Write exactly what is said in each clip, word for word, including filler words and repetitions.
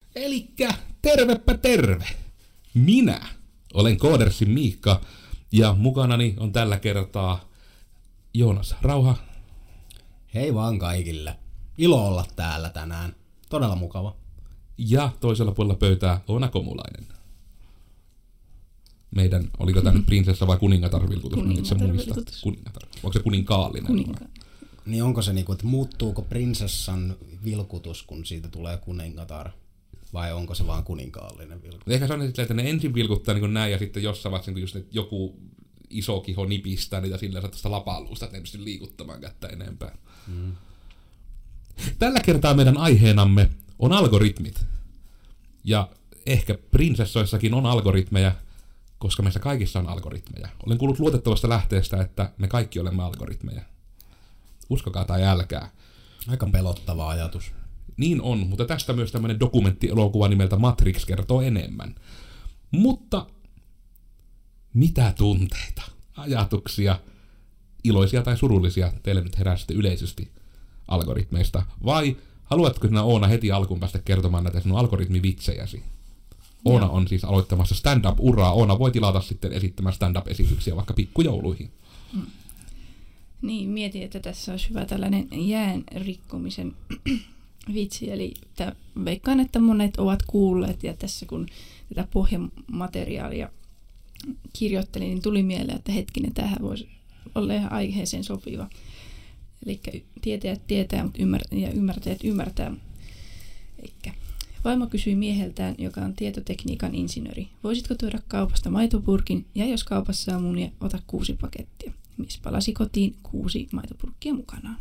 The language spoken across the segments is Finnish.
Elikkä tervepä terve! Minä olen Koodersin Miikka ja mukanani on tällä kertaa Joonas Rauha. Hei vaan kaikille. Ilo olla täällä tänään. Todella mukava. Ja toisella puolella pöytää Oona Komulainen. Meidän, oliko tämä nyt prinsessa vai kuningatar-vilkutus? Kuningatar-vilkutus. Kuningatar. Onko se kuninkaallinen? Kuninka. Niin onko se niinku, että muuttuuko prinsessan vilkutus, kun siitä tulee kuningatar? Vai onko se vaan kuninkaallinen vilkutus? Ehkä se on että ne ensin vilkuttaa niin näin ja sitten jossain vaiheessa niin just, että joku iso kiho nipistää niitä sillä tuosta lapalluusta, että ne ei pysty liikuttamaan kättä enempää. Mm. Tällä kertaa meidän aiheenamme on algoritmit. Ja ehkä prinsessoissakin on algoritmeja, koska meissä kaikissa on algoritmeja. Olen kuullut luotettavasta lähteestä, että me kaikki olemme algoritmeja. Uskokaa tai älkää. Aika pelottava ajatus. Niin on, mutta tästä myös tämmöinen dokumenttielokuva nimeltä Matrix kertoo enemmän. Mutta mitä tunteita, ajatuksia, iloisia tai surullisia teille nyt herää sitten yleisesti algoritmeista? Vai haluatko sinä Oona heti alkuun päästä kertomaan näitä sinun algoritmivitsejäsi? Oona on siis aloittamassa stand-up-uraa. Oona voi tilata sitten esittämään stand-up-esityksiä vaikka pikkujouluihin. Mm. Niin, mietin, että tässä olisi hyvä tällainen jään rikkomisen vitsi. Eli veikkaan, että monet ovat kuulleet, ja tässä kun tätä pohjamateriaalia kirjoittelin, niin tuli mieleen, että hetkinen, tämähän voisi olla ihan aiheeseen sopiva. Eli tietäjät tietää, mutta ymmär- ja ymmärtäjät ymmärtää. Eikä. Vaimo kysyi mieheltään, joka on tietotekniikan insinööri, voisitko tuoda kaupasta maitopurkin, ja jos kaupassa on munia, ota kuusi pakettia. Mies palasi kotiin kuusi maitopurkkia mukanaan.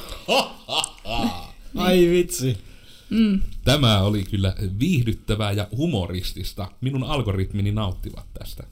Ai vitsi. Mm. Tämä oli kyllä viihdyttävää ja humoristista. Minun algoritmini nauttivat tästä.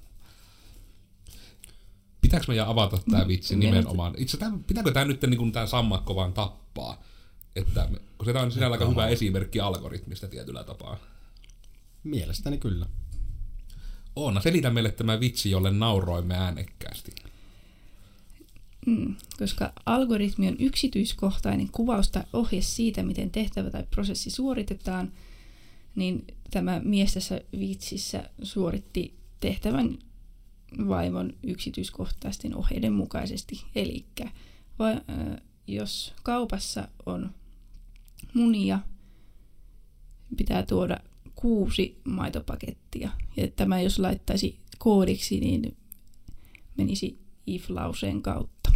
Pitääkö meidän avata tämä vitsi nimenomaan? Itse tämän, pitääkö tämä nyt niin kuin tämä sammakko vaan tappaa? Että, kun se on sinällä aika hyvä esimerkki algoritmista tietyllä tapaa. Mielestäni kyllä. Oona, selitä meille tämä vitsi, jolle nauroimme äänekkäästi. Mm, koska algoritmi on yksityiskohtainen kuvaus tai ohje siitä, miten tehtävä tai prosessi suoritetaan, niin tämä mies tässä vitsissä suoritti tehtävän vaimon yksityiskohtaisten ohjeiden mukaisesti. Eli jos kaupassa on munia, pitää tuoda kuusi maitopakettia. Ja tämä jos laittaisi koodiksi, niin menisi if-lauseen kautta.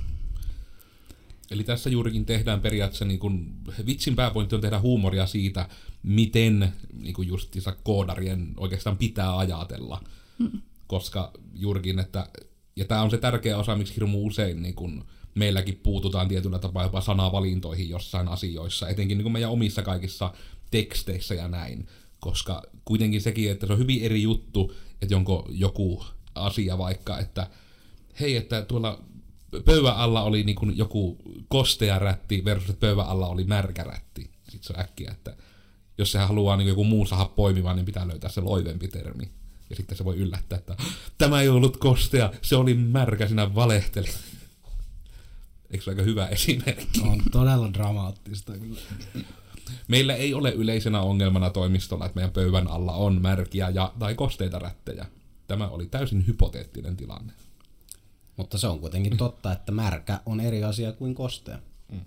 Eli tässä juurikin tehdään periaatteessa, niin kun, vitsin pääpointti on tehdä huumoria siitä, miten niin kun justiinsa koodarien oikeastaan pitää ajatella. Mm. Koska juurikin, että, ja tämä on se tärkeä osa, miksi hirmu usein niin kun meilläkin puututaan tietyllä tapaa jopa sanavalintoihin jossain asioissa, etenkin niin kun meidän omissa kaikissa teksteissä ja näin. Koska kuitenkin sekin, että se on hyvin eri juttu, että onko joku asia vaikka, että hei, että tuolla pöydän alla oli niin kuin joku kostea rätti versus että pöydän alla oli märkä rätti. Sitten se on äkkiä, että jos sehän haluaa niin joku muu saada poimimaan, niin pitää löytää se loivempi termi. Ja sitten se voi yllättää, että tämä ei ollut kostea, se oli märkä, sinä valehtelit. Eikö se ole aika hyvä esimerkki? On todella dramaattista kyllä. Meillä ei ole yleisenä ongelmana toimistolla, että meidän pöydän alla on märkiä ja, tai kosteita rättejä. Tämä oli täysin hypoteettinen tilanne. Mutta se on kuitenkin totta, että märkä on eri asia kuin kostea. Mm.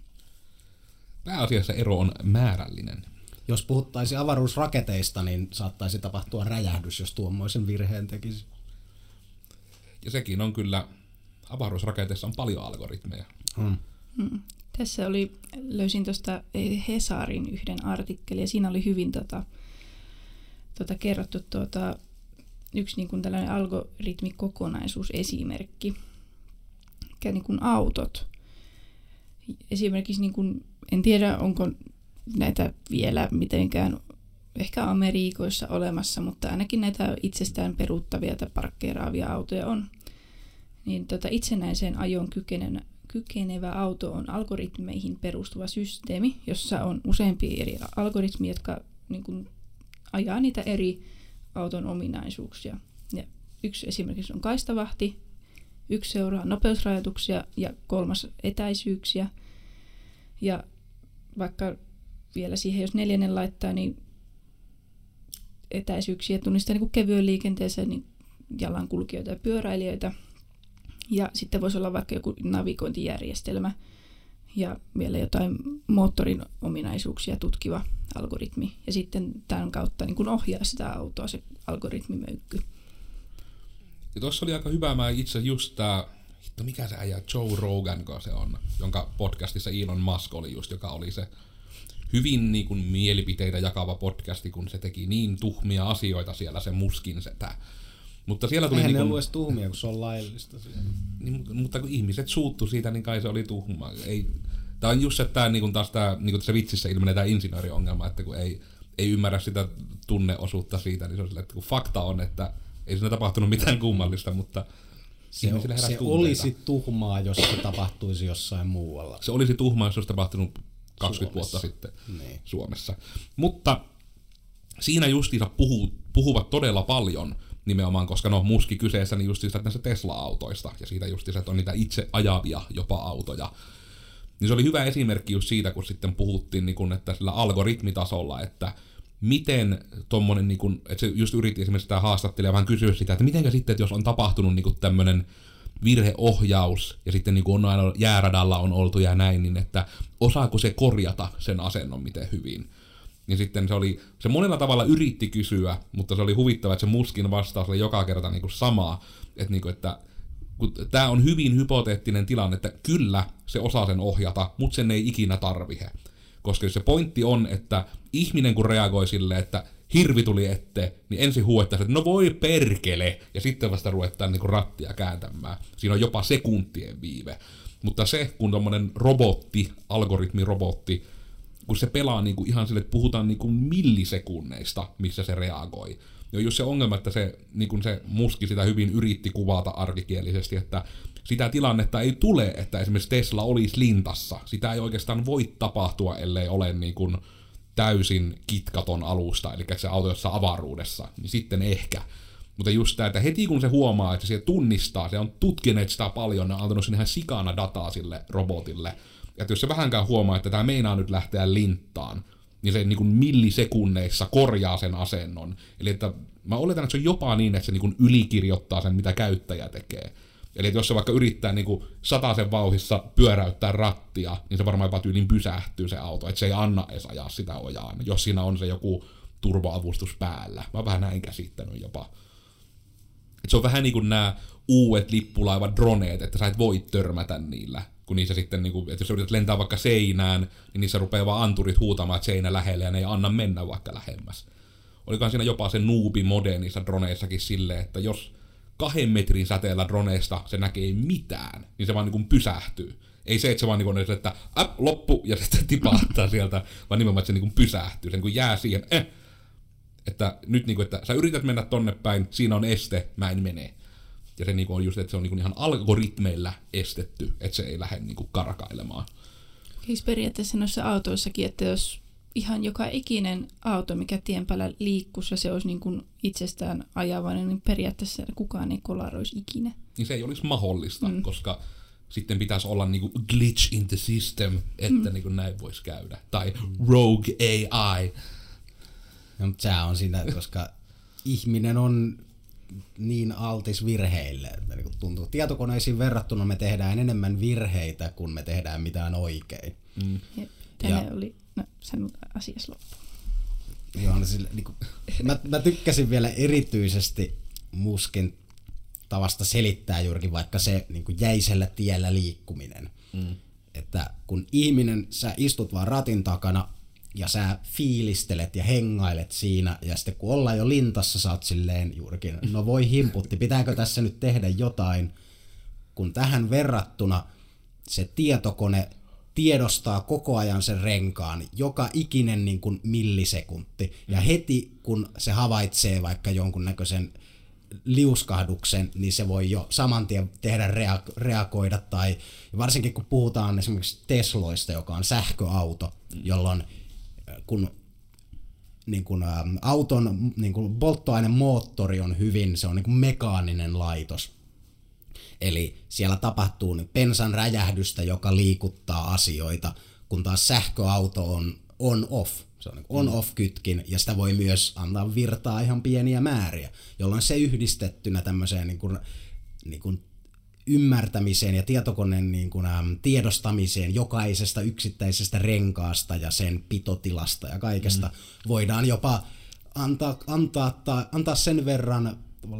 Pääasiassa ero on määrällinen. Jos puhuttaisiin avaruusraketeista, niin saattaisi tapahtua räjähdys, jos tuommoisen virheen tekisi. Ja sekin on kyllä, avaruusraketeissa on paljon algoritmeja. Mm. Mm. Tässä oli, löysin tuosta Hesarin yhden artikkelin, ja siinä oli hyvin tota, tota, kerrottu tuota, yksi niin kuin tällainen algoritmikokonaisuusesimerkki, mikä niin kuin autot. Esimerkiksi, niin kuin, en tiedä onko näitä vielä mitenkään ehkä Amerikoissa olemassa, mutta ainakin näitä itsestään peruuttavia tai parkkeeraavia autoja on. Niin tota, itsenäiseen ajon kykenevä, kykenevä auto on algoritmeihin perustuva systeemi, jossa on useampia eri algoritmia, jotka niin kuin, ajaa niitä eri auton ominaisuuksia. Ja yksi esimerkiksi on kaistavahti, yksi seuraa nopeusrajoituksia ja kolmas etäisyyksiä. Ja vaikka vielä siihen, jos neljännen laittaa, niin etäisyyksiä, tunnistaa niin kuin kevyen liikenteessä niin jalankulkijoita ja pyöräilijöitä. Ja sitten voisi olla vaikka joku navigointijärjestelmä ja vielä jotain moottorin ominaisuuksia tutkiva algoritmi. Ja sitten tämän kautta niin kuin ohjaa sitä autoa se algoritmimöykky. Ja tuossa oli aika hyvä, mä itse just tää, hitto mikä se äijä, Joe Rogan, se on, jonka podcastissa Elon Musk oli just, joka oli se hyvin niin kuin mielipiteitä jakava podcasti, kun se teki niin tuhmia asioita siellä, se Muskin setä. Mutta siellä tuli eihän niin ne kun, ollut edes tuhmia, kun se on laillista siellä. Niin, mutta kun ihmiset suuttu siitä, niin kai se oli tuhma. Ei, tää on just se, että niin taas tää, niin tässä vitsissä ilmenee tämä insinööriongelma, että kun ei, ei ymmärrä sitä tunneosuutta siitä, niin se on sillä, että kun fakta on, että ei siinä tapahtunut mitään kummallista, mutta se, on, se olisi tuhmaa, jos se tapahtuisi jossain muualla. Se olisi tuhmaa, jos se olisi tapahtunut kaksikymmentä vuotta sitten niin. Suomessa. Mutta siinä justiinsa puhuu, puhuvat todella paljon nimenomaan, koska no Muski kyseessä niin justiinsa näistä Tesla-autoista ja siitä justiinsa, että on niitä itse ajavia jopa autoja. Niin se oli hyvä esimerkki just siitä, kun sitten puhuttiin, niin kun, että sillä algoritmitasolla, että miten tommonen, niin kun, että se just yritti esimerkiksi sitä haastattelija vähän kysyä sitä, että mitenkä sitten, että jos on tapahtunut niin tämmöinen virheohjaus ja sitten niin on aina jääradalla on oltu ja näin, niin että osaako se korjata sen asennon miten hyvin. Niin sitten se oli, se monella tavalla yritti kysyä, mutta se oli huvittava, että se Muskin vastaus oli joka kerta niin kuin sama, että, niin kuin, että tämä on hyvin hypoteettinen tilanne, että kyllä se osaa sen ohjata, mutta sen ei ikinä tarvihe. Koska se pointti on, että ihminen kun reagoi silleen, että hirvi tuli ette, niin ensin huuettaisiin, että no voi perkele, ja sitten vasta ruvetaan niin kuin rattia kääntämään. Siinä on jopa sekuntien viive. Mutta se, kun tommonen robotti, algoritmirobotti, kun se pelaa niin kuin ihan sille, että puhutaan niin kuin millisekunneista, missä se reagoi. Ja just se ongelma, että se, niin kuin se Muski sitä hyvin yritti kuvata arkikielisesti, että sitä tilannetta ei tule, että esimerkiksi Tesla olisi lintassa. Sitä ei oikeastaan voi tapahtua, ellei ole niin kuin täysin kitkaton alusta, eli se auto jossain avaruudessa, niin sitten ehkä. Mutta just tämä, että heti kun se huomaa, että se tunnistaa, se on tutkineet sitä paljon, ne on antanut sinne ihan sikana dataa sille robotille. Ja jos se vähänkään huomaa, että tämä meinaa nyt lähteä linttaan, niin se niin kuin millisekunneissa korjaa sen asennon. Eli että mä oletan, että se on jopa niin, että se niin kuin ylikirjoittaa sen, mitä käyttäjä tekee. Eli että jos se vaikka yrittää niin kuin sataisen vauhissa pyöräyttää rattia, niin se varmaan jopa tyyliin pysähtyy se auto, että se ei anna edes ajaa sitä ojaan, jos siinä on se joku turboavustus päällä. Mä oon vähän näin käsittänyt jopa. Et se on vähän niin kuin nämä uudet lippulaivat droneet, että sä et voi törmätä niillä. Kun niissä sitten, niin kuin, että jos yrität lentää vaikka seinään, niin niissä rupeaa vaan anturit huutamaan, että seinä lähelle, ja ne ei anna mennä vaikka lähemmäs. Olikohan siinä jopa se noobi-mode niissä droneissakin silleen, että jos kahden metrin säteellä droneesta se näkee mitään, niin se vaan niin kuin pysähtyy. Ei se, että se vaan niin kuin, että äp, loppu, ja sitten tipahtaa sieltä, vaan nimenomaan, että se niin kuin pysähtyy. Se niin kuin jää siihen, eh, että nyt niin kuin, että sä yrität mennä tonne päin, siinä on este, mä en mene. Ja se niinku on just, että se on niinku ihan algoritmeilla estetty, että se ei lähde niinku karkailemaan. Siis periaatteessa noissa autoissakin, että jos ihan joka ikinen auto, mikä tien päällä liikkuisi ja se olisi niinku itsestään ajavainen, niin periaatteessa kukaan ei kolaroisi ikinä. Niin se ei olisi mahdollista, mm. koska sitten pitäisi olla niinku glitch in the system, että mm. niinku näin voisi käydä. Tai rogue A I. No, mutta sehän on siinä, koska ihminen on niin altis virheille, että niin tuntuu. Tietokoneisiin verrattuna me tehdään enemmän virheitä, kun me tehdään mitään oikein. Mm. Tämä oli, no sen asiassa loppu. Joo, no sille, niin kuin, mä, mä tykkäsin vielä erityisesti Muskin tavasta selittää juurikin vaikka se niin kuin jäisellä tiellä liikkuminen. Mm. Että kun ihminen, sä istut vaan ratin takana, ja sä fiilistelet ja hengailet siinä, ja sitten kun ollaan jo lintassa, sä oot silleen juurikin, no voi himputti, pitääkö tässä nyt tehdä jotain, kun tähän verrattuna se tietokone tiedostaa koko ajan sen renkaan, joka ikinen niin kuin millisekunti, ja heti kun se havaitsee vaikka jonkunnäköisen liuskahduksen, niin se voi jo saman tien tehdä reago- reagoida, tai varsinkin kun puhutaan esimerkiksi Tesloista, joka on sähköauto, jolloin kun niin kun, ä, auton niin kun polttoainemoottori on hyvin, se on niin kun mekaaninen laitos. Eli siellä tapahtuu niin bensan räjähdystä, joka liikuttaa asioita, kun taas sähköauto on on-off. Se on niin on-off-kytkin, ja sitä voi myös antaa virtaa ihan pieniä määriä, jolloin se yhdistettynä tämmöiseen niin kuin, niin kuin ymmärtämiseen ja tietokoneen niin kuin, äm, tiedostamiseen jokaisesta yksittäisestä renkaasta ja sen pitotilasta ja kaikesta mm. voidaan jopa antaa, antaa, ta, antaa sen verran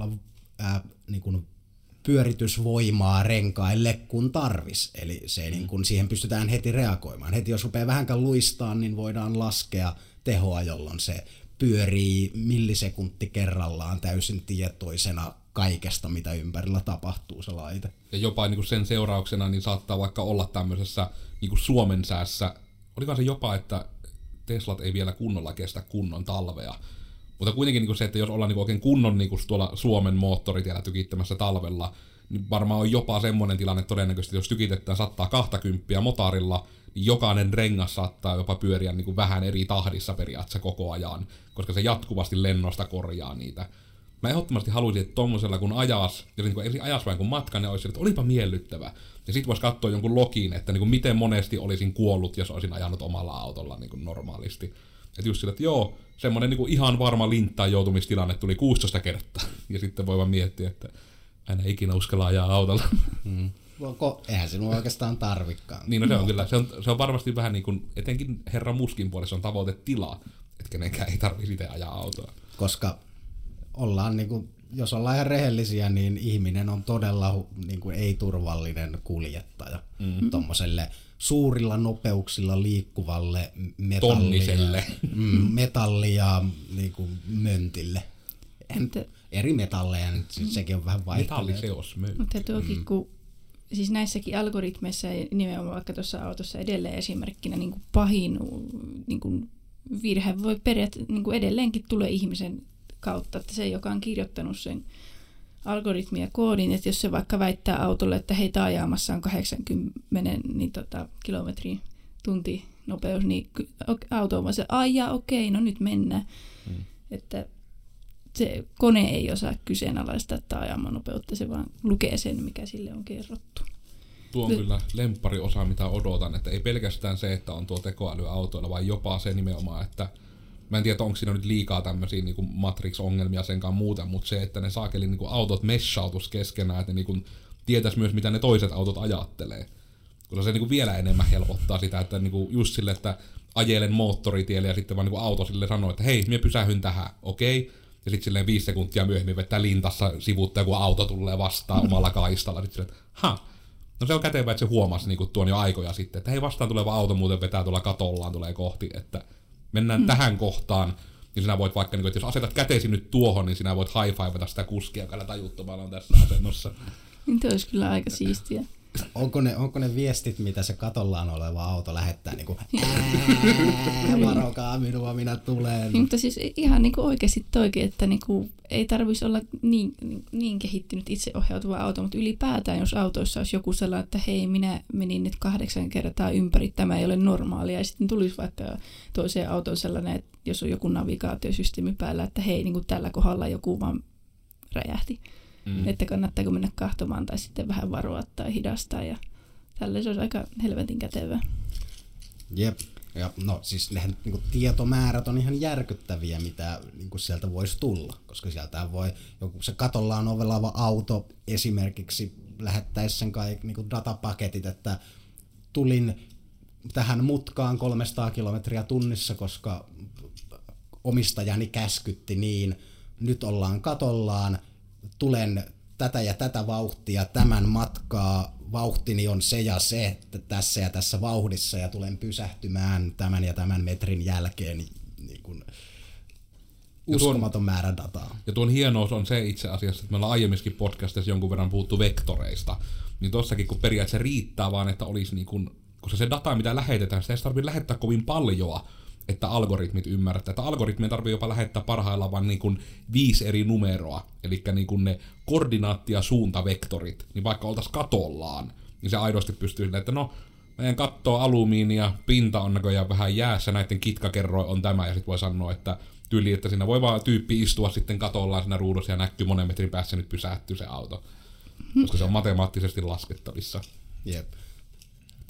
ää, niin kuin pyöritysvoimaa renkaille kun tarvis. Eli se, mm. niin kun siihen pystytään heti reagoimaan. Heti jos rupeaa vähänkään luistaa, niin voidaan laskea tehoa, jolloin se pyörii millisekunti kerrallaan täysin tietoisena kaikesta, mitä ympärillä tapahtuu se laite. Ja jopa niin kuin sen seurauksena niin saattaa vaikka olla tämmöisessä niin kuin Suomen säässä, olikaan se jopa, että Teslat ei vielä kunnolla kestä kunnon talvea. Mutta kuitenkin niin kuin se, että jos ollaan niin kuin oikein kunnon niin kuin tuolla Suomen moottoritiellä tykittämässä talvella, niin varmaan on jopa semmoinen tilanne todennäköisesti, jos tykitetään sattaa kaksikymmentä motorilla, niin jokainen rengas saattaa jopa pyöriä niin kuin vähän eri tahdissa periaatteessa koko ajan, koska se jatkuvasti lennosta korjaa niitä. Mä ehdottomasti haluaisin, että tommosella kun ajas, ja niin kuin ei ajas vain kun matkan, ja olisi, että olipa miellyttävä. Ja sit vois katsoa jonkun login, että niin kuin miten monesti olisin kuollut, jos olisin ajanut omalla autolla niin kuin normaalisti. Että just sillä, että joo, semmonen niin kuin ihan varma linttaan joutumistilanne tuli kuusitoista kertaa. Ja sitten voi vaan miettiä, että en ikinä uskalla ajaa autolla. Mm. Ko, eihän sinua oikeastaan tarvikaan. Niin no se on kyllä, se on, se on varmasti vähän niin kuin, etenkin herra Muskin puolessa on tavoitetila, että kenenkään ei tarvitse itse ajaa autoa. Koska ollaan niin kuin, jos ollaan ihan rehellisiä, niin ihminen on todella niin kuin ei-turvallinen kuljettaja. Mm-hmm. Tuommoiselle suurilla nopeuksilla liikkuvalle metallia, mm, metalli ja niin kuin möntille. En, eri metalleja, nyt siis sekin on vähän vaihtelua. Metalliseos möntille. Mutta tuokin, mm. kun siis näissäkin algoritmeissa ja nimenomaan vaikka tuossa autossa edelleen esimerkkinä niin kuin pahin niin kuin virhe voi periaatteessa niin kuin edelleenkin tulee ihmisen kautta, että se, joka on kirjoittanut sen algoritmia koodin, että jos se vaikka väittää autolle, että hei, taajamassa on kahdeksankymmentä niin tota, kilometrin tunti nopeus, niin auto on vaan se, ai ja okei, no nyt mennään. Hmm. Että se kone ei osaa kyseenalaistaa taajaman nopeutta, se vaan lukee sen, mikä sille on kerrottu. Tuo on kyllä lemppariosa, mitä odotan, että ei pelkästään se, että on tuo tekoälyautoilla, vaan jopa se nimenomaan, että mä en tiedä, onko siinä nyt liikaa tämmöisiä niin kuin Matrix-ongelmia senkaan muuten, mutta se, että ne saakeli niin kuin autot meshautus keskenään, että ne niin kuin tietäis myös, mitä ne toiset autot ajattelee. Koska se niin kuin vielä enemmän helpottaa sitä, että niin kuin just sille, että ajelen moottoritielle ja sitten vaan niin kuin auto sille sanoo, että hei, minä pysähyn tähän, okei. Okay. Ja sitten silleen viisi sekuntia myöhemmin vetää lintassa sivuutta, kun auto tulee vastaan omalla kaistalla. Sitten silleen, että ha, no se on kätevä, että se huomasi niin kuin tuon jo aikoja sitten, että hei, vastaan tuleva auto muuten vetää tuolla katollaan, tulee kohti, että mennään mm. tähän kohtaan, niin sinä voit vaikka, että jos asetat käteesi nyt tuohon, niin sinä voit high-fivata sitä kuskia, joka tajuttomalla on tässä asennossa. Niin tuo olisi kyllä aika siistiä. Onko ne, onko ne viestit, mitä se katollaan oleva auto lähettää, niin kuin varokaa minua, minä tulen. Niin, mutta siis ihan niin kuin oikeasti toikin, että niin kuin ei tarvitsisi olla niin, niin kehittynyt itseohjautuva auto, mutta ylipäätään, jos autoissa olisi joku sellainen, että hei, minä menin nyt kahdeksan kertaa ympäri, tämä ei ole normaalia, ja sitten tulisi vaikka toiseen autoon sellainen, että jos on joku navigaatiosysteemi päällä, että hei, niin kuin tällä kohdalla joku vaan räjähti. Mm. Että kannattaako mennä kahtomaan tai sitten vähän varoa tai hidastaa ja tällä se olisi aika helvetin kätevää. Jep. Ja no siis nehän niin kuin tietomäärät on ihan järkyttäviä, mitä niin kuin sieltä voisi tulla, koska sieltä voi joku se katollaan ovelaava auto esimerkiksi lähettäisi sen kaikki niin kuin datapaketit, että tulin tähän mutkaan kolmesataa kilometriä tunnissa, koska omistajani käskytti niin, nyt ollaan katollaan, tulen tätä ja tätä vauhtia, tämän matkaa, vauhtini on se ja se, että tässä ja tässä vauhdissa ja tulen pysähtymään tämän ja tämän metrin jälkeen, niin kuin uskomaton määrä dataa. Ja tuon hienous on se itse asiassa, että me ollaan aiemminkin podcastissa jonkun verran puhuttu vektoreista, niin tossakin kun periaatteessa riittää vaan, että olisi niin kuin, koska se data mitä lähetetään, sitä ei tarvitse lähettää kovin paljoa, että algoritmit ymmärtää. Että algoritmien tarvitsee jopa lähettää parhaillaan vain niin kuin viisi eri numeroa, eli niin kuin ne koordinaatti- ja suuntavektorit, niin vaikka oltaisiin katollaan, niin se aidosti pystyy silleen, että no, meidän katto on alumiini ja pinta on näköjään vähän jäässä, näiden kitkakerroin on tämä, ja sitten voi sanoa, että tyyli, että siinä voi vaan tyyppi istua sitten katollaan siinä ruudussa ja näkyy monen metrin päässä nyt pysähtyy se auto, koska se on matemaattisesti laskettavissa. Jep.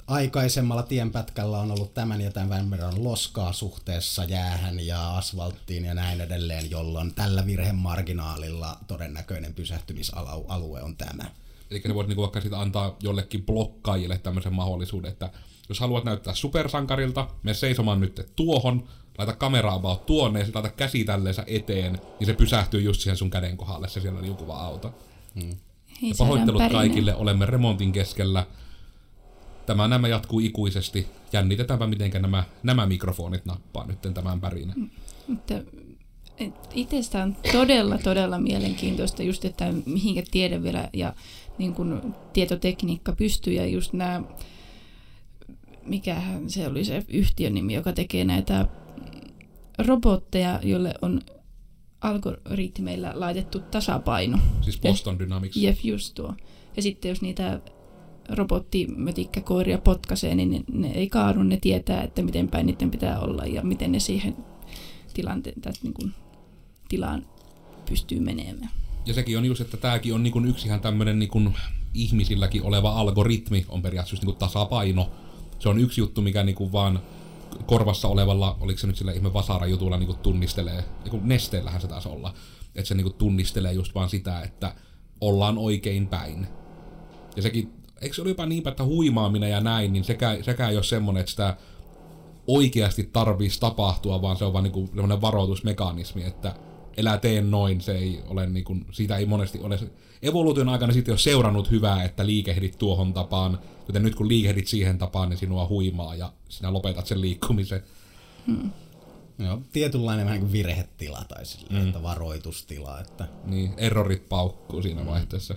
aikaisemmalla tienpätkällä on ollut tämän ja tämän verran loskaa suhteessa jäähän ja asfalttiin ja näin edelleen, jolloin tällä virhemarginaalilla todennäköinen pysähtymisalue on tämä. Eli se voisi niinku vaikka sit antaa jollekin blokkaajille tämmöisen mahdollisuuden, että jos haluat näyttää supersankarilta, mene seisomaan nyt tuohon, laita kamera about tuonne ja sit laita käsi tälleensä eteen, niin se pysähtyy just siihen sun käden kohdalle, se siellä liukuva auto. Hmm. Ja pahoittelut kaikille, olemme remontin keskellä. Tämä nämä jatkuu ikuisesti. Jännitetäänpä, miten nämä, nämä mikrofonit nappaa nyt tämän pärinä. Mutta itsestä on todella, todella mielenkiintoista just, että mihinkä tiede vielä ja niin kuin tietotekniikka pystyy ja just nämä, mikähän se oli se yhtiön nimi, joka tekee näitä robotteja, joille on algoritmeilla laitettu tasapaino. Siis Boston Dynamics. Jep, just tuo. Ja sitten jos niitä robottimötikkäkoiria potkaisee, niin ne, ne ei kaadu, ne tietää, että miten päin niiden pitää olla ja miten ne siihen tilanteen, tästä, niin kuin, tilaan pystyy menemään. Ja sekin on just, että tämäkin on niin kuin yksi ihan tämmöinen niin kuin ihmisilläkin oleva algoritmi, on periaatteessa just niin kuin tasapaino. Se on yksi juttu, mikä niin kuin vaan korvassa olevalla, oliko se nyt sillä ihme vasarajutulla niin kuin tunnistelee, niin kuin nesteellähän se taisi olla, että se niin kuin tunnistelee just vaan sitä, että ollaan oikein päin. Ja sekin, eikö se ole jopa niinpä, että huimaaminen ja näin, niin sekä, sekä ei ole semmoinen, että sitä oikeasti tarvitsisi tapahtua, vaan se on vaan niin kuin semmoinen varoitusmekanismi, että elää tee noin, se ei ole niin kuin, siitä ei monesti ole, evoluution aikana siitä ei ole seurannut hyvää, että liikehdit tuohon tapaan, joten nyt kun liikehdit siihen tapaan, niin sinua huimaa ja sinä lopetat sen liikkumisen. Hmm. Joo, tietynlainen vähän kuin virhetila tai sille, mm. että varoitustila. Että... Niin, errorit paukkuu siinä mm. vaihteessa.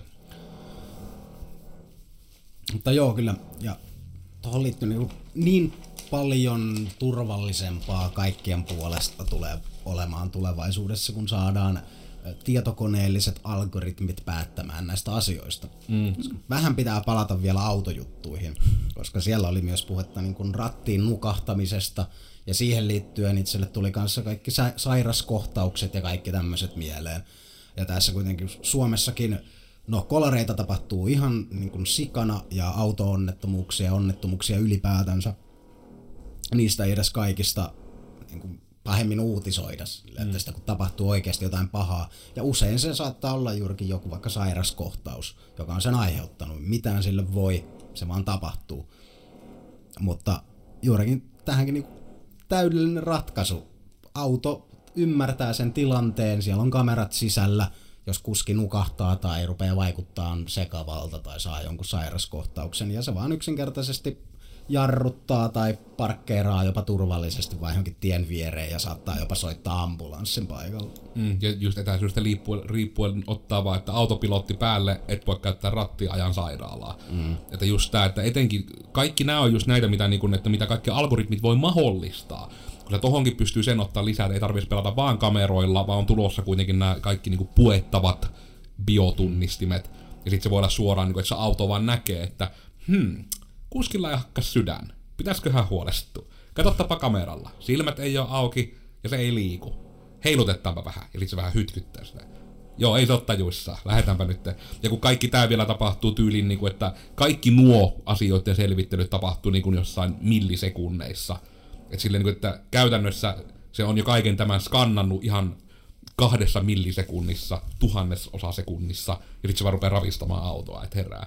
Mutta joo, kyllä, ja tuohon liittyy niin, niin paljon turvallisempaa kaikkien puolesta tulee olemaan tulevaisuudessa, kun saadaan tietokoneelliset algoritmit päättämään näistä asioista. Mm. Vähän pitää palata vielä autojuttuihin, koska siellä oli myös puhetta niin kuin rattiin nukahtamisesta, ja siihen liittyen itselle tuli kanssa kaikki sa- sairaskohtaukset ja kaikki tämmöiset mieleen. Ja tässä kuitenkin Suomessakin, no kolareita tapahtuu ihan niin kuin sikana, ja auto-onnettomuuksia ja onnettomuuksia ylipäätänsä. Niistä ei edes kaikista niin kuin pahemmin uutisoida, että mm. sitä kun tapahtuu oikeasti jotain pahaa. Ja usein se saattaa olla juurikin joku vaikka sairaskohtaus, joka on sen aiheuttanut. Mitään sille voi, se vaan tapahtuu. Mutta juurikin tähänkin niin täydellinen ratkaisu. Auto ymmärtää sen tilanteen, siellä on kamerat sisällä. Jos kuski nukahtaa tai rupeaa vaikuttaa sekavalta tai saa jonkun sairaskohtauksen, ja se vaan yksinkertaisesti jarruttaa tai parkkeeraa jopa turvallisesti vai johonkin tien viereen ja saattaa jopa soittaa ambulanssin paikalle. Mm, ja just etäisyydestä riippuen, riippuen ottaa vaan, että autopilotti päälle, et voi käyttää rattia ajan sairaalaa. Mm. Että just tää, että etenkin kaikki nämä on just näitä, mitä, niin kun, että mitä kaikki algoritmit voi mahdollistaa. Kun se tohonkin pystyy sen ottaa lisää, että ei tarvitse pelata vaan kameroilla, vaan on tulossa kuitenkin nämä kaikki niin kuin puettavat biotunnistimet. Ja sitten se voi olla suoraan, niin kuin, että se auto vaan näkee, että hmm, kuskilla ei hakkas sydän. Pitäisiköhän huolestua? Katsottapa kameralla. Silmät ei ole auki ja se ei liiku. Heilutetaanpa vähän. Ja sitten se vähän hytkyttää sitä. Joo, ei se ole tajuissaan. Lähdetäänpä nyt. Ja kun kaikki tämä vielä tapahtuu tyyliin, niin kuin, että kaikki nuo asioiden selvittelyt tapahtuu niin kuin jossain millisekunneissa. Että silleen, niin kuin, että käytännössä se on jo kaiken tämän skannannut ihan kahdessa millisekunnissa, tuhannesosa sekunnissa. Ja sitten se vaan rupeaa ravistamaan autoa, että herää.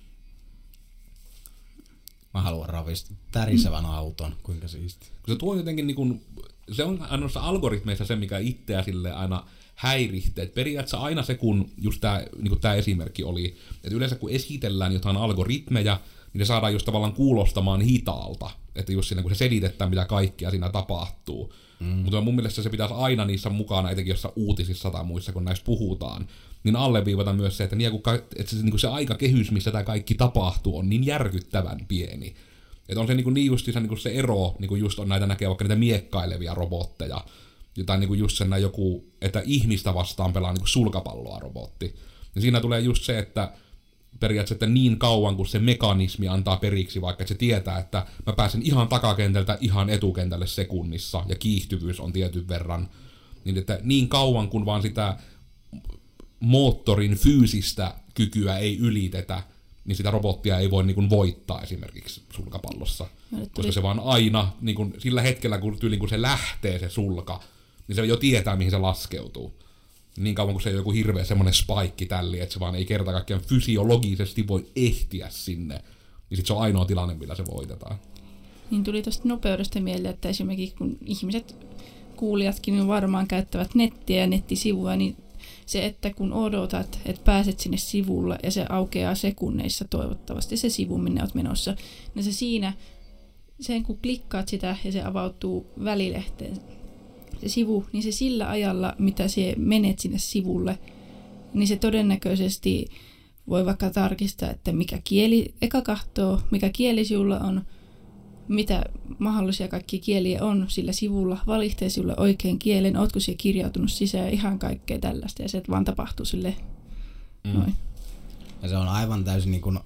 Mä haluan ravistaa tärisevän auton, kuinka siisti. Se tuo jotenkin niin kuin, se on aina algoritmeissa se, mikä itseä sille aina häirihtii. Periaatteessa aina se, kun just tämä niin tämä esimerkki oli, että yleensä kun esitellään jotain algoritmeja, niin ne saadaan just tavallaan kuulostamaan hitaalta. Että just siinä, kun se selitetään, mitä kaikkea siinä tapahtuu. Mm. Mutta mun mielestä se pitäisi aina niissä mukana, etenkin jossain uutisissa tai muissa, kun näistä puhutaan, niin alleviivata myös se, että, niin, että se, niin se aikakehys, missä tämä kaikki tapahtuu, on niin järkyttävän pieni. Että on se niin, niin just niin se ero, niin just on näitä näkee vaikka niitä miekkailevia robotteja, jotain niin just sen joku, että ihmistä vastaan pelaa niin sulkapalloa robotti. Ja siinä tulee just se, että periaatteessa, että niin kauan kuin se mekanismi antaa periksi, vaikka se tietää, että mä pääsen ihan takakentältä ihan etukentälle sekunnissa, ja kiihtyvyys on tietyn verran, niin että niin kauan kuin vaan sitä moottorin fyysistä kykyä ei ylitetä, niin sitä robottia ei voi niin kuin voittaa esimerkiksi sulkapallossa. tuli... Koska se vaan aina, niin kuin, sillä hetkellä kun, tyyli, kun se lähtee se sulka, niin se jo tietää, mihin se laskeutuu. Niin kauan kuin se ei ole joku hirveä semmoinen spike tälli, että se vaan ei kerta kaikkiaan fysiologisesti voi ehtiä sinne, niin sit se on ainoa tilanne, millä se voitetaan. Niin tuli tuosta nopeudesta mieleen, että esimerkiksi kun ihmiset, kuulijatkin varmaan käyttävät nettiä ja nettisivua, niin se, että kun odotat, että pääset sinne sivulle ja se aukeaa sekunneissa toivottavasti se sivu, minne olet menossa, niin se siinä, sen kun klikkaat sitä ja se avautuu välilehteen, se sivu, niin se sillä ajalla, mitä se menet sinne sivulle, niin se todennäköisesti voi vaikka tarkistaa, että mikä kieli eka kahtoo, mikä kieli sinulla on, mitä mahdollisia kaikkia kieliä on sillä sivulla, valitse sinulle oikein kielen, ootko siellä kirjautunut sisään, ihan kaikkea tällaista, ja se vaan tapahtuu sille mm. noin. Ja se on aivan täysin niin kuin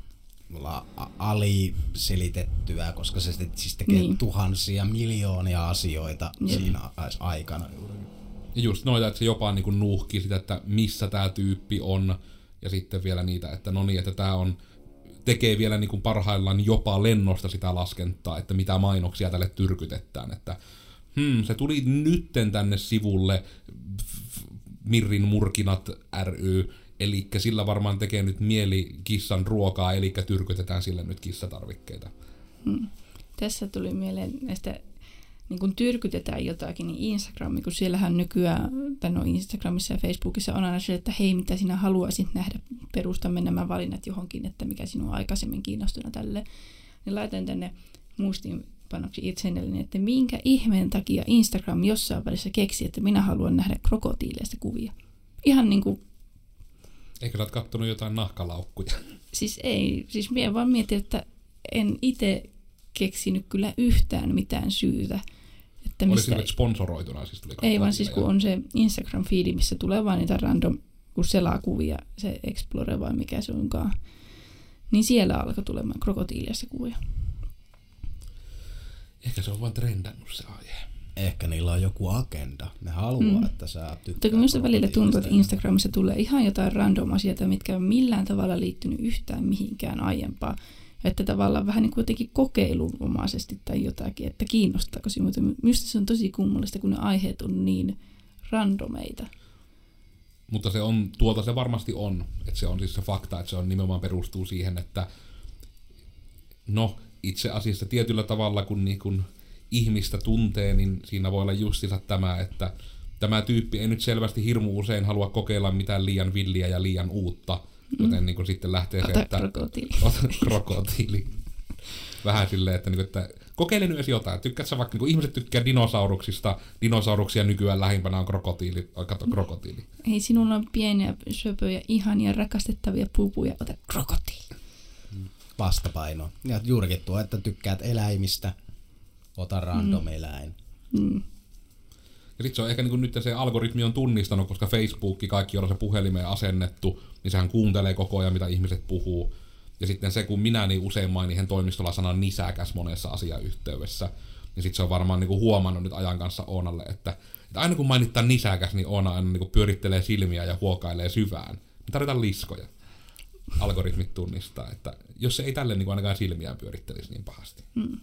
aliselitettyä, koska se siis tekee niin. tuhansia, miljoonia asioita Jep. siinä aikana. Ja just noita, että se jopa niin kuin nuuhkii sitä, että missä tämä tyyppi on, ja sitten vielä niitä, että no niin, että tämä on tekee vielä niin kuin parhaillaan jopa lennosta sitä laskentaa, että mitä mainoksia tälle tyrkytetään, että hmm, se tuli nytten tänne sivulle Mirrin Murkinat ry, eli sillä varmaan tekee nyt mieli kissan ruokaa, eli tyrkytetään sille nyt kissatarvikkeita. Hmm. Tässä tuli mieleen näistä, niin kun tyrkytetään jotakin, niin Instagram, kun siellähän nykyään, tai no Instagramissa ja Facebookissa on aina se, että hei, mitä sinä haluaisit nähdä, perustamme nämä valinnat johonkin, että mikä sinua on aikaisemmin kiinnostunut tälle. Niin laitan tänne muistiinpanoksi itselleni, että minkä ihmeen takia Instagram jossain välissä keksi, että minä haluan nähdä krokotiileista kuvia. Ihan niin kuin... Eikö sä oot kattonut jotain nahkalaukkuja? Siis ei, siis minä vaan mietin, että en itse keksinyt kyllä yhtään mitään syytä. Että oli mistä... sille sponsoroituna? Siis tuli ei vaan siis kun on se Instagram-feedi, missä tulee vaan niitä random, kun selaa kuvia, se Explore vai mikä se onkaan, niin siellä alkoi tulemaan krokotiiliasta kuvia. Ehkä se on vaan trendannut se aihe. Ehkä niillä on joku agenda. Ne haluaa, mm. että sä tykkää. Mutta kun minusta välillä tuntuu, että Instagramissa tulee ihan jotain random asioita, mitkä on millään tavalla liittynyt yhtään mihinkään aiempaa. Että tavallaan vähän niin kuin jotenkin kokeilunomaisesti tai jotakin, että kiinnostaako se. Mutta minusta se on tosi kummallista, kun ne aiheet on niin randomeita. Mutta se on, tuolta se varmasti on. Että se on siis se fakta, että se on nimenomaan perustuu siihen, että no itse asiassa tietyllä tavalla, kun, niin kun ihmistä tuntee, niin siinä voi olla justiinsa tämä, että tämä tyyppi ei nyt selvästi hirmu usein halua kokeilla mitään liian villiä ja liian uutta. Joten niin kuin sitten lähtee ota se, että... krokotiili. Ota krokotiili. Vähän silleen, että, niin kuin, että kokeile nyt edes jotain. Tykkäät sä vaikka, niin kuin ihmiset tykkää dinosauruksista, dinosauruksia nykyään lähimpänä on krokotiili. Kato krokotiili. Hei, sinulla on pieniä, söpöjä, ihania, rakastettavia pupuja. Ota krokotiili. Vastapaino. Ja juurikin tuo, että tykkäät eläimistä. Ota random mm. eläin. Mm. Ja sitten se on ehkä niin kuin nyt se algoritmi on tunnistanut, koska Facebook, kaikki, joilla se puhelimeen asennettu, niin sehän kuuntelee koko ajan, mitä ihmiset puhuu. Ja sitten se, kun minä niin usein mainihin toimistolla sanan nisäkäs monessa asiayhteydessä, niin sitten se on varmaan niin kuin huomannut nyt ajan kanssa Oonalle, että, että aina kun mainittaa nisäkäs, niin Oona aina niin kuin pyörittelee silmiä ja huokailee syvään. Me tarvitaan liskoja. Algoritmit tunnistaa, että jos se ei tälle niin kuin ainakaan silmiään pyörittelisi niin pahasti. Mm.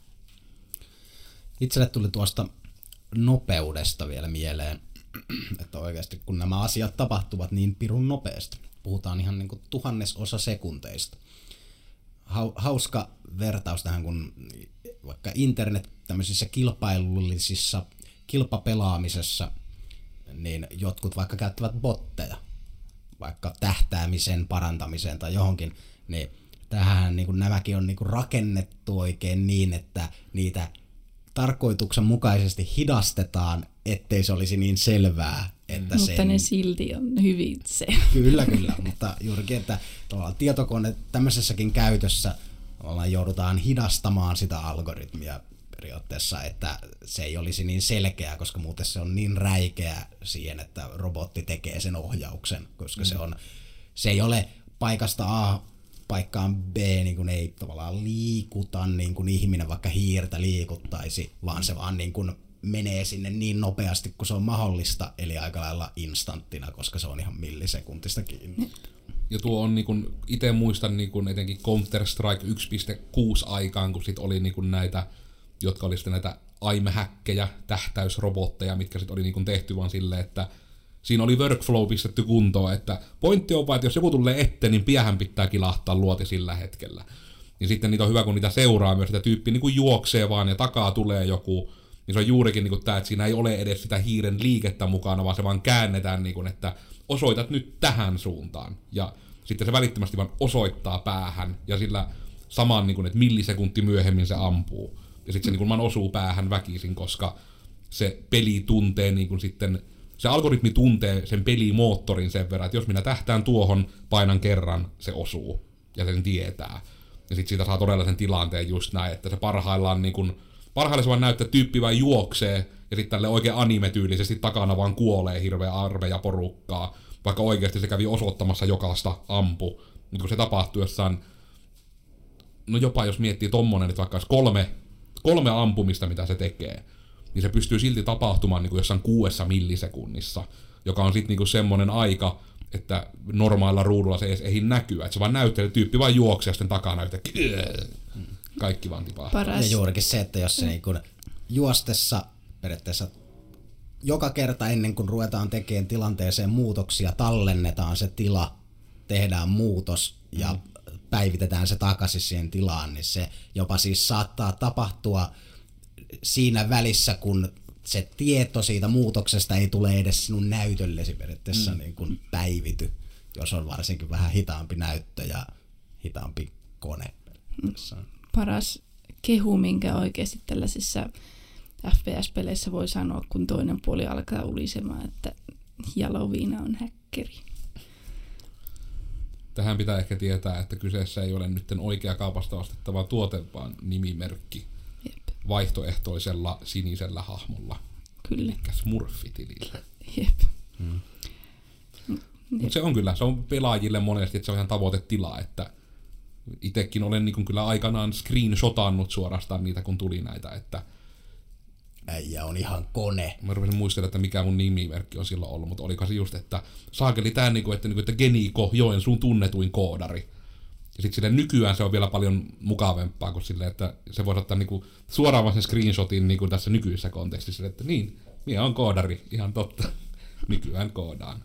Itselle tuli tuosta nopeudesta vielä mieleen, että oikeasti kun nämä asiat tapahtuvat niin pirun nopeasti, puhutaan ihan niin kuin tuhannesosa sekunteista. Hauska vertaus tähän, kun vaikka internet tämmöisissä kilpailullisissa kilpapelaamisessa, niin jotkut vaikka käyttävät botteja, vaikka tähtäämisen parantamiseen tai johonkin, niin tähän niin kuin nämäkin on niin kuin rakennettu oikein niin, että niitä tarkoituksenmukaisesti hidastetaan, ettei se olisi niin selvää. Että mutta sen... ne silti on hyvin se. Kyllä, kyllä, mutta juurikin, että tietokone tämmöisessäkin käytössä joudutaan hidastamaan sitä algoritmia periaatteessa, että se ei olisi niin selkeä, koska muuten se on niin räikeä siihen, että robotti tekee sen ohjauksen, koska mm. se, on, se ei ole paikasta A paikkaan B, niin kuin ei tavallaan liikuta niin kuin ihminen vaikka hiirtä liikuttaisi, vaan se vaan niin kuin menee sinne niin nopeasti kuin se on mahdollista, eli aika lailla instanttina, koska se on ihan millisekuntista kiinni. Ja tuo on niinku, itse muistan niinku etenkin Counter-Strike yksi piste kuusi aikaan, kun sit oli niinku näitä, jotka oli sitten näitä aimehäkkejä, tähtäysrobotteja, mitkä sit oli niinku tehty vaan silleen, että siinä oli workflow pistetty kuntoon, että pointti on vaan, että jos joku tulee eteen, niin piähän pitää kilahtaa luoti sillä hetkellä. Niin sitten niitä on hyvä, kun niitä seuraa myös, että tyyppi niinku juoksee vaan ja takaa tulee joku, niin se on juurikin niinku tää, että siinä ei ole edes sitä hiiren liikettä mukana, vaan se vaan käännetään niinku, että osoitat nyt tähän suuntaan. Ja sitten se välittömästi vaan osoittaa päähän, ja sillä saman, niinku, että millisekunti myöhemmin se ampuu. Ja sitten se niinku vaan osuu päähän väkisin, koska se peli tuntee niinku sitten, se algoritmi tuntee sen pelimoottorin sen verran, että jos minä tähtään tuohon, painan kerran, se osuu. Ja sen tietää. Ja sitten siitä saa todella sen tilanteen just näin, että se parhaillaan niin kun, parhaillaan se vaan näyttää, että tyyppi vaan juoksee, ja sitten tälle oikein anime-tyylisesti takana vaan kuolee hirveä armeija porukkaa, vaikka oikeasti se kävi osoittamassa jokaista ampu. Mutta kun se tapahtuu jossain, no jopa jos miettii tommonen, että vaikka olisi kolme, kolme ampumista, mitä se tekee, niin se pystyy silti tapahtumaan niin kuin jossain kuudessa millisekunnissa, joka on sitten niin kuin semmoinen aika, että normaalilla ruudulla se ei edes ehdi näkyä. Että se vaan näyttää, että tyyppi vaan juoksee sitten takana yhtäkkiä. Kaikki vaan tipahtaa. Ja juurikin se, että jos se niin kun juostessa periaatteessa joka kerta ennen kuin ruvetaan tekemään tilanteeseen muutoksia, tallennetaan se tila, tehdään muutos ja mm. päivitetään se takaisin siihen tilaan, niin se jopa siis saattaa tapahtua siinä välissä, kun se tieto siitä muutoksesta ei tule edes sinun näytöllesi periaatteessa mm. niin kuin päivity, jos on varsinkin vähän hitaampi näyttö ja hitaampi kone. Paras kehu, minkä oikeasti tällaisissa F P S-peleissä voi sanoa, kun toinen puoli alkaa ulisemaan, että Jaloviina on häkkeri. Tähän pitää ehkä tietää, että kyseessä ei ole nyt oikea kaupasta ostettava tuote, vaan nimimerkki. Jep. Vaihtoehtoisella sinisellä hahmolla. Kyllä. Elikkä Smurfitilillä. Jep. Hmm. Mutta se on kyllä, se on pelaajille monesti, että se on ihan tavoitetila, että itsekin olen niin kyllä aikanaan screenshotannut suorastaan niitä, kun tuli näitä, että äijä on ihan kone. Mä rupesin muistelemaan, että mikä mun nimimerkki on silloin ollut, mutta oliko se just, että saakeli tää niinku, että, niinku, että Geniko, Joensuun tunnetuin koodari. Ja sit silleen nykyään se on vielä paljon mukavempaa kuin silleen, että se voisi ottaa niinku suoraan vaan sen screenshotin niinku tässä nykyisessä kontekstissa, että niin, minä on koodari, ihan totta. Nykyään koodaan.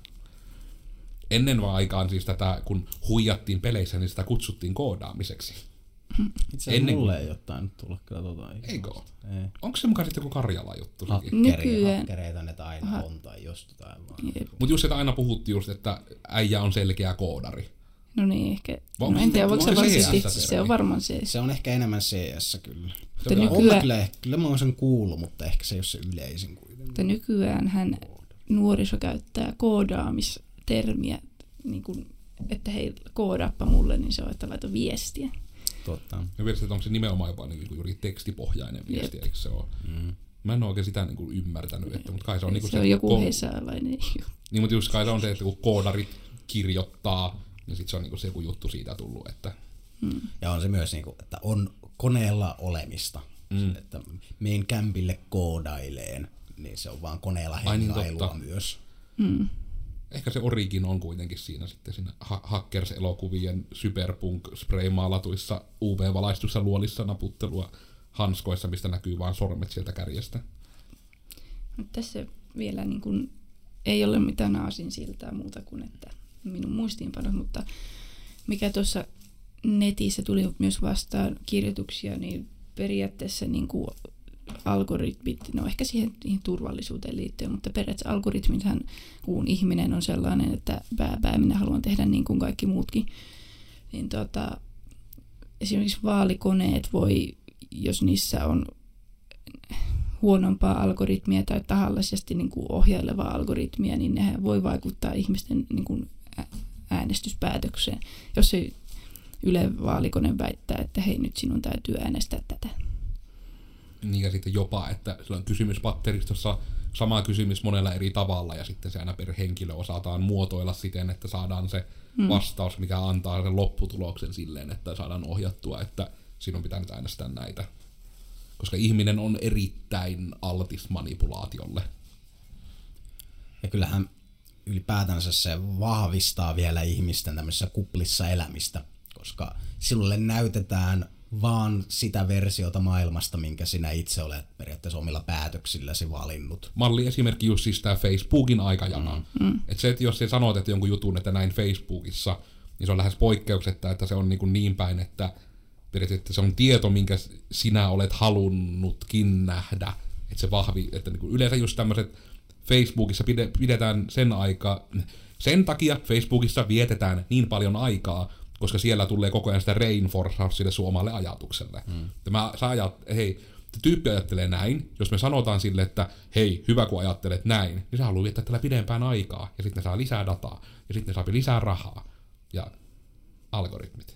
Ennen vaan aikaan siis tätä, kun huijattiin peleissä, niin sitä kutsuttiin koodaamiseksi. Itse asiassa mulle ei ole tainnut tulla kyllä tuota. Eikö ole? Ei. Onko se mukaan sitten joku Karjala juttu? Nykyään. Hakkereita ne aina on tai jotain vaan. Mutta just sitä aina puhuttiin just, että äijä on selkeä koodari. No niin, ehkä. Va- no en tiedä, voiko se varsinaisesti. Se, se on varmaan C S. Se on ehkä enemmän C S kyllä. Se nykyään, on kyllä, kyllä mä oon sen kuullut, mutta ehkä se ei ole se yleisin kuitenkin. Mutta nykyään hän nuoriso käyttää koodaamistermiä, niin kuin, että hei, koodaappa mulle, niin se on, että laita viestiä. Totta. Ja vielä, että onko se nimenomaan jopa niin kuin juuri tekstipohjainen viesti, eikö se ole? Mm. Mä en ole oikein sitä niin kuin ymmärtänyt, että, mutta kai se on... Niin kuin se, se on joku ko- hesaalainen juttu. Niin, mutta just kai se on se, että kun koodarit kirjoittaa, niin sitten se on niin kuin se joku juttu siitä tullut, että... Mm. Ja on se myös, niin kuin, että on koneella olemista. Mm. Että mein kämpille koodaileen, niin se on vaan koneella hengailua niin, myös. Mm. Ehkä se origin on kuitenkin siinä sitten siinä ha- Hackers-elokuvien Cyberpunk-spray-maalatuissa U V-valaistussa luolissa naputtelua hanskoissa, mistä näkyy vain sormet sieltä kärjestä. No, tässä vielä niin kuin, ei ole mitään aasinsiltaa muuta kuin että minun muistiinpanos, mutta mikä tuossa netissä tuli myös vastaan kirjoituksia, niin periaatteessa niin kuin algoritmit, no ehkä siihen, siihen turvallisuuteen liittyen, mutta periaatteessa algoritmithan, kun ihminen on sellainen, että bää, bää, minä haluan tehdä niin kuin kaikki muutkin, niin tota, esimerkiksi vaalikoneet voi, jos niissä on huonompaa algoritmia tai tahallisesti niin kuin ohjailevaa algoritmia, niin nehän voi vaikuttaa ihmisten niin kuin äänestyspäätökseen, jos se Yle vaalikone väittää, että hei, nyt sinun täytyy äänestää tätä. Niin ja sitten jopa, että sillä on kysymyspatteristossa sama kysymys monella eri tavalla ja sitten se aina per henkilö osataan muotoilla siten, että saadaan se vastaus, mikä antaa sen lopputuloksen silleen, että saadaan ohjattua, että sinun pitää nyt äänestää näitä. Koska ihminen on erittäin altis manipulaatiolle. Ja kyllähän ylipäätänsä se vahvistaa vielä ihmisten tämmöisessä kuplissa elämistä, koska sinulle näytetään vaan sitä versiota maailmasta, minkä sinä itse olet periaatteessa omilla päätöksilläsi valinnut. Malli esimerkki just siis tämä Facebookin aikajana. Mm. Mm. Että se, että jos sä sanot, että jonkun jutun, että näin Facebookissa, niin se on lähes poikkeuksetta, että se on niin, kuin niin päin, että periaatteessa se on tieto, minkä sinä olet halunnutkin nähdä. Että se vahvi, että niin kuin yleensä just tämmöiset Facebookissa pidetään sen aika, sen takia Facebookissa vietetään niin paljon aikaa, koska siellä tulee koko ajan sitä reinforcea sille suomalle ajatukselle. Mm. Mä, sä ajat, hei, tyyppi ajattelee näin, jos me sanotaan sille, että hei, hyvä kun ajattelet näin, niin se haluaa viettää tällä pidempään aikaa, ja sitten ne saa lisää dataa, ja sitten ne saa lisää rahaa, ja algoritmit.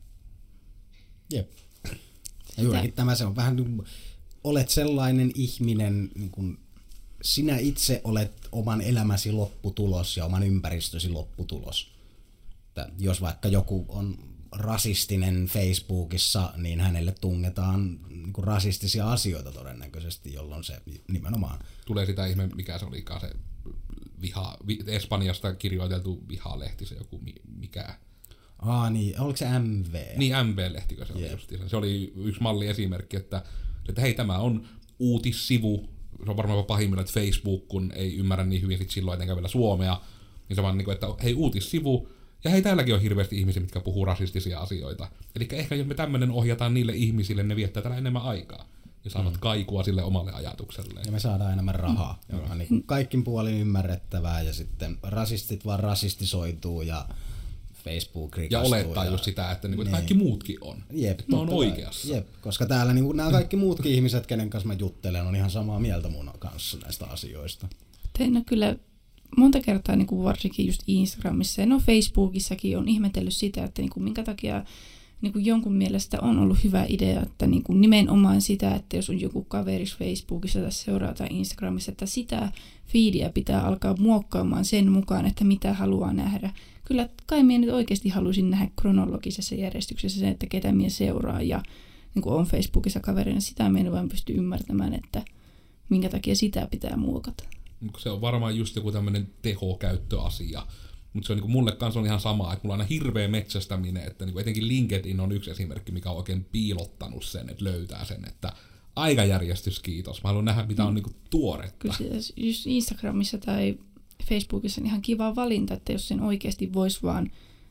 Jep. Ja juurikin tämä se on vähän, olet sellainen ihminen, niin kuin sinä itse olet oman elämäsi lopputulos ja oman ympäristösi lopputulos. Että jos vaikka joku on rasistinen Facebookissa, niin hänelle tungetaan niin kuin rasistisia asioita todennäköisesti, jolloin se nimenomaan... Tulee sitä ihme, mikä se olikaan se viha, vi, Espanjasta kirjoiteltu vihalehti, se joku mikä... Aa niin, oliko se M V? Niin, M V-lehtikö se oli yeah. Justiinsa. Se oli yksi malliesimerkki, että, että hei, tämä on uutissivu, se on varmaan pahimmillaan, että Facebook, kun ei ymmärrä niin hyvin sit silloin etenkään vielä suomea, niin se vaan niin kuin, että hei, uutissivu, ja hei, täälläkin on hirveästi ihmisiä, mitkä puhuu rasistisia asioita. Eli ehkä jos me tämmöinen ohjataan niille ihmisille, ne viettää täällä enemmän aikaa ja saavat mm. kaikua sille omalle ajatukselleen. Ja me saadaan enemmän rahaa, mm. joka on niin kaikin puolin ymmärrettävää, ja sitten rasistit vaan rasistisoituu, ja Facebook rikastuu. Ja olettaa ja... just sitä, että, niinku, että kaikki muutkin on. Jep, että on oikeassa. Jep, koska täällä niinku, nämä kaikki muutkin ihmiset, kenen kanssa mä juttelen, on ihan samaa mieltä mun kanssa näistä asioista. Tein kyllä monta kertaa niin kuin varsinkin just Instagramissa ja no Facebookissakin on ihmetellyt sitä, että niin kuin minkä takia niin kuin jonkun mielestä on ollut hyvä idea, että niin kuin nimenomaan sitä, että jos on joku kaveris Facebookissa tai seuraa tai Instagramissa, että sitä feedia pitää alkaa muokkaamaan sen mukaan, että mitä haluaa nähdä. Kyllä kai minä nyt oikeasti halusin nähdä kronologisessa järjestyksessä sen, että ketä minä seuraa ja niin kuin on Facebookissa kaverina, sitä minä en vaan pysty ymmärtämään, että minkä takia sitä pitää muokata. Se on varmaan just joku tämmöinen tehokäyttöasia. Mutta se on niin kuin mulle kanssa on ihan sama, että mulla on aina hirveä metsästäminen, että niin kuin etenkin LinkedIn on yksi esimerkki, mikä on oikein piilottanut sen, että löytää sen, että aikajärjestys, kiitos. Mä haluan nähdä, mitä on niin kuin tuoretta. Kyllä just Instagramissa tai Facebookissa on ihan kiva valinta, että jos sen oikeasti voisi vaan,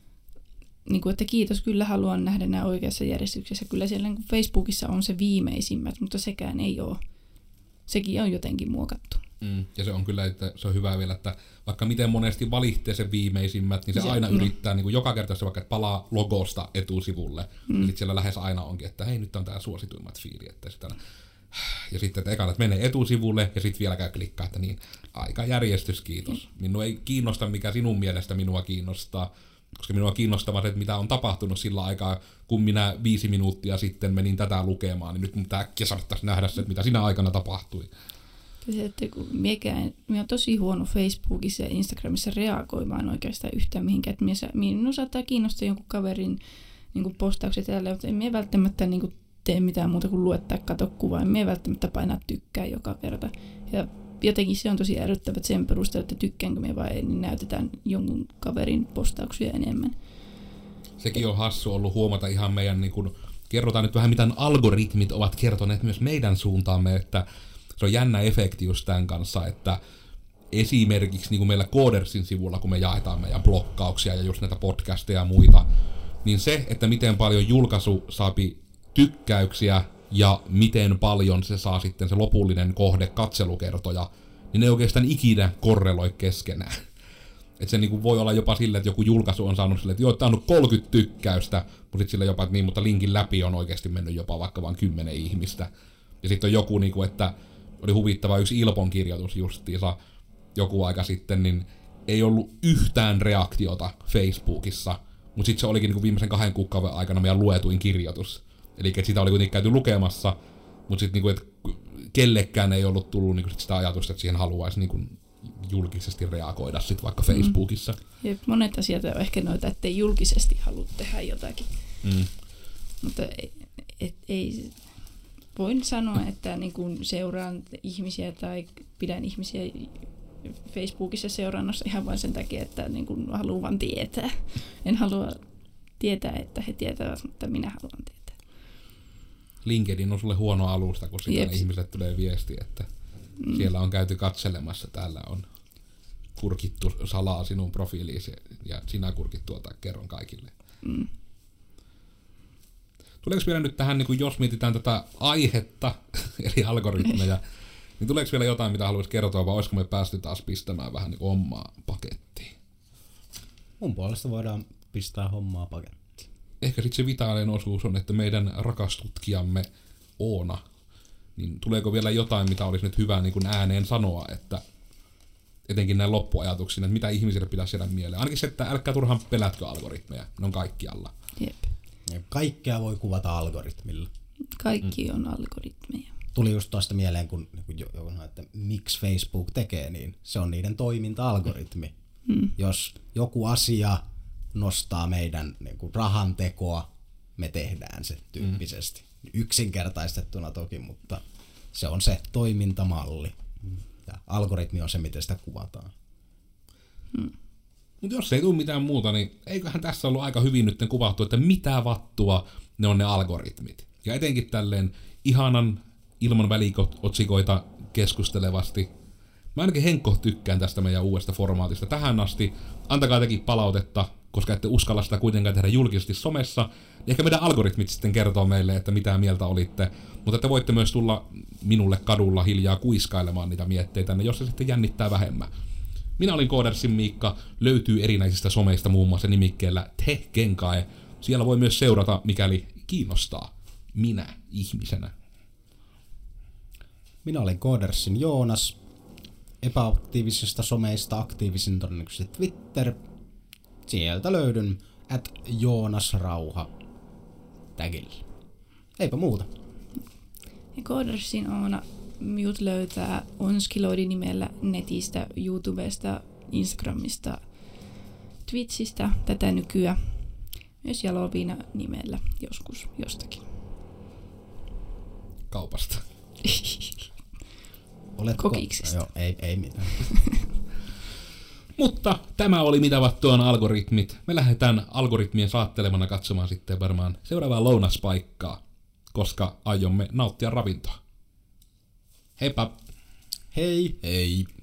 niin kuin, että kiitos, kyllä haluan nähdä nämä oikeassa järjestyksessä. Kyllä siellä niin kuin Facebookissa on se viimeisimmät, mutta sekään ei ole. Sekin on jotenkin muokattu. Mm, ja se on kyllä, että se on hyvä vielä, että vaikka miten monesti valitsee sen viimeisimmät, niin se, se aina no. yrittää, niin kuin joka kerta se vaikka, että palaa logosta etusivulle, mm. ja sitten siellä lähes aina onkin, että hei, nyt on tää suosituimmat fiili, että sitä, ja sitten, että ekana, että menee etusivulle, ja sitten vielä käy klikkaa, että niin, aikajärjestys, kiitos. Minua ei kiinnosta, mikä sinun mielestä minua kiinnostaa, koska minua kiinnostavat, että mitä on tapahtunut sillä aikaa, kun minä viisi minuuttia sitten menin tätä lukemaan, niin nyt mun pitää äkkiä saattaisi nähdä se, että mitä siinä aikana tapahtui. Se, että kun miekään, minä olen tosi huono Facebookissa ja Instagramissa reagoimaan oikeastaan yhtään mihinkään. Että minun saattaa kiinnostaa jonkun kaverin niin postaukset tälle, mutta en minä välttämättä niin kuin, tee mitään muuta kuin luettaa, katso kuvaa. En minä välttämättä painaa tykkää joka kerta. Ja jotenkin se on tosi ärsyttävä, että sen perusteella, että tykkäänkö minä vai ei, niin näytetään jonkun kaverin postauksia enemmän. Sekin on hassu ollut huomata ihan meidän, niin kuin, kerrotaan nyt vähän mitä algoritmit ovat kertoneet myös meidän suuntaamme, että se on jännä efekti just tämän kanssa, että esimerkiksi niin kuin meillä Codersin sivulla, kun me jaetaan meidän blokkauksia ja just näitä podcasteja ja muita, niin se, että miten paljon julkaisu saapi tykkäyksiä ja miten paljon se saa sitten se lopullinen kohde katselukertoja, niin ne oikeastaan ikinä korreloi keskenään. Että se niin kuin voi olla jopa silleen, että joku julkaisu on saanut silleen, että joo, tämä on ollut kolmekymmentä tykkäystä, mutta sitten sille jopa, että niin, mutta linkin läpi on oikeasti mennyt jopa vaikka vain kymmenen ihmistä. Ja sitten on joku, niin kuin, että oli huvittava yksi Ilpon kirjoitus justiinsa joku aika sitten, niin ei ollut yhtään reaktiota Facebookissa, mutta sitten se olikin niin kuin viimeisen kahden kuukauden aikana meidän luetuin kirjoitus. Eli sitä oli kuitenkin käyty lukemassa, mutta sitten niin kellekään ei ollut tullut niin kuin sitä ajatusta, että siihen haluaisi niin kuin julkisesti reagoida sit vaikka Facebookissa. Mm. Jep, monet asiat on ehkä noita, ettei julkisesti halua tehdä jotakin. Mm. Mutta ei, et, ei... Voin sanoa, että niin kun seuraan ihmisiä tai pidän ihmisiä Facebookissa seurannassa ihan vain sen takia, että niin kuin haluan vaan tietää. En halua tietää, että he tietävät, mutta minä haluan tietää. LinkedIn on sulle huono alusta, kun siitä ihmiset tulee viesti, että mm. siellä on käyty katselemassa, täällä on kurkittu salaa sinun profiiliisi ja sinä kurkit tuota, kerron kaikille. Mm. Tuleeko vielä nyt tähän, niin kun jos mietitään tätä aihetta, eli algoritmeja, niin tuleeko vielä jotain, mitä haluaisi kertoa, vai olisiko me päästy taas pistämään vähän niin omaa pakettiin? Mun puolesta voidaan pistää hommaa pakettiin. Ehkä sitten se vitaalinen osuus on, että meidän rakas tutkijamme Oona, niin tuleeko vielä jotain, mitä olisi nyt hyvä niin kuin ääneen sanoa, että etenkin näin loppuajatuksina, että mitä ihmisille pitäisi jäädä mieleen. Ainakin se, että älkää turhaan pelätkö algoritmeja, ne on kaikkialla. Jep. Ja kaikkea voi kuvata algoritmilla. Kaikki on algoritmeja. Tuli just tuosta mieleen, kun joku sanoi, että miksi Facebook tekee niin. Se on niiden toiminta-algoritmi. Mm. Jos joku asia nostaa meidän niin kuin rahantekoa, me tehdään se tyyppisesti. Mm. Yksinkertaistettuna toki, mutta se on se toimintamalli. Ja algoritmi on se, miten sitä kuvataan. Mm. Mutta jos ei tule mitään muuta, niin eiköhän tässä ollut aika hyvin nyt kuvattu, että mitä vattua ne on ne algoritmit. Ja etenkin tälleen ihanan ilman väliotsikoita keskustelevasti. Mä ainakin Henkko tykkään tästä meidän uudesta formaatista tähän asti. Antakaa tekin palautetta, koska ette uskalla sitä kuitenkaan tehdä julkisesti somessa. Ehkä meidän algoritmit sitten kertoo meille, että mitä mieltä olitte. Mutta te voitte myös tulla minulle kadulla hiljaa kuiskailemaan niitä mietteitä, jos se sitten jännittää vähemmän. Minä olin Koodersin Miikka, löytyy erinäisistä someista muun muassa nimikkeellä Te Kenkae. Siellä voi myös seurata, mikäli kiinnostaa minä ihmisenä. Minä olin Koodersin Joonas, epäaktiivisista someista aktiivisin todennäköisesti Twitter. Sieltä löydyn at joonasrauha tagillä. Eipä muuta. Ja Koodersin Oona minut löytää Onskiloidi nimellä netistä, YouTubesta, Instagramista, Twitchistä, tätä nykyään. Myös Jaloviina nimellä joskus jostakin. Kaupasta. Oletko? Kokiksesta. Joo, ei, ei mitään. Mutta tämä oli mitä vattuaan algoritmit. Me lähdetään algoritmien saattelemana katsomaan sitten varmaan seuraavaa lounaspaikkaa, koska aiomme nauttia ravintoa. Heippa! Hei! Hei!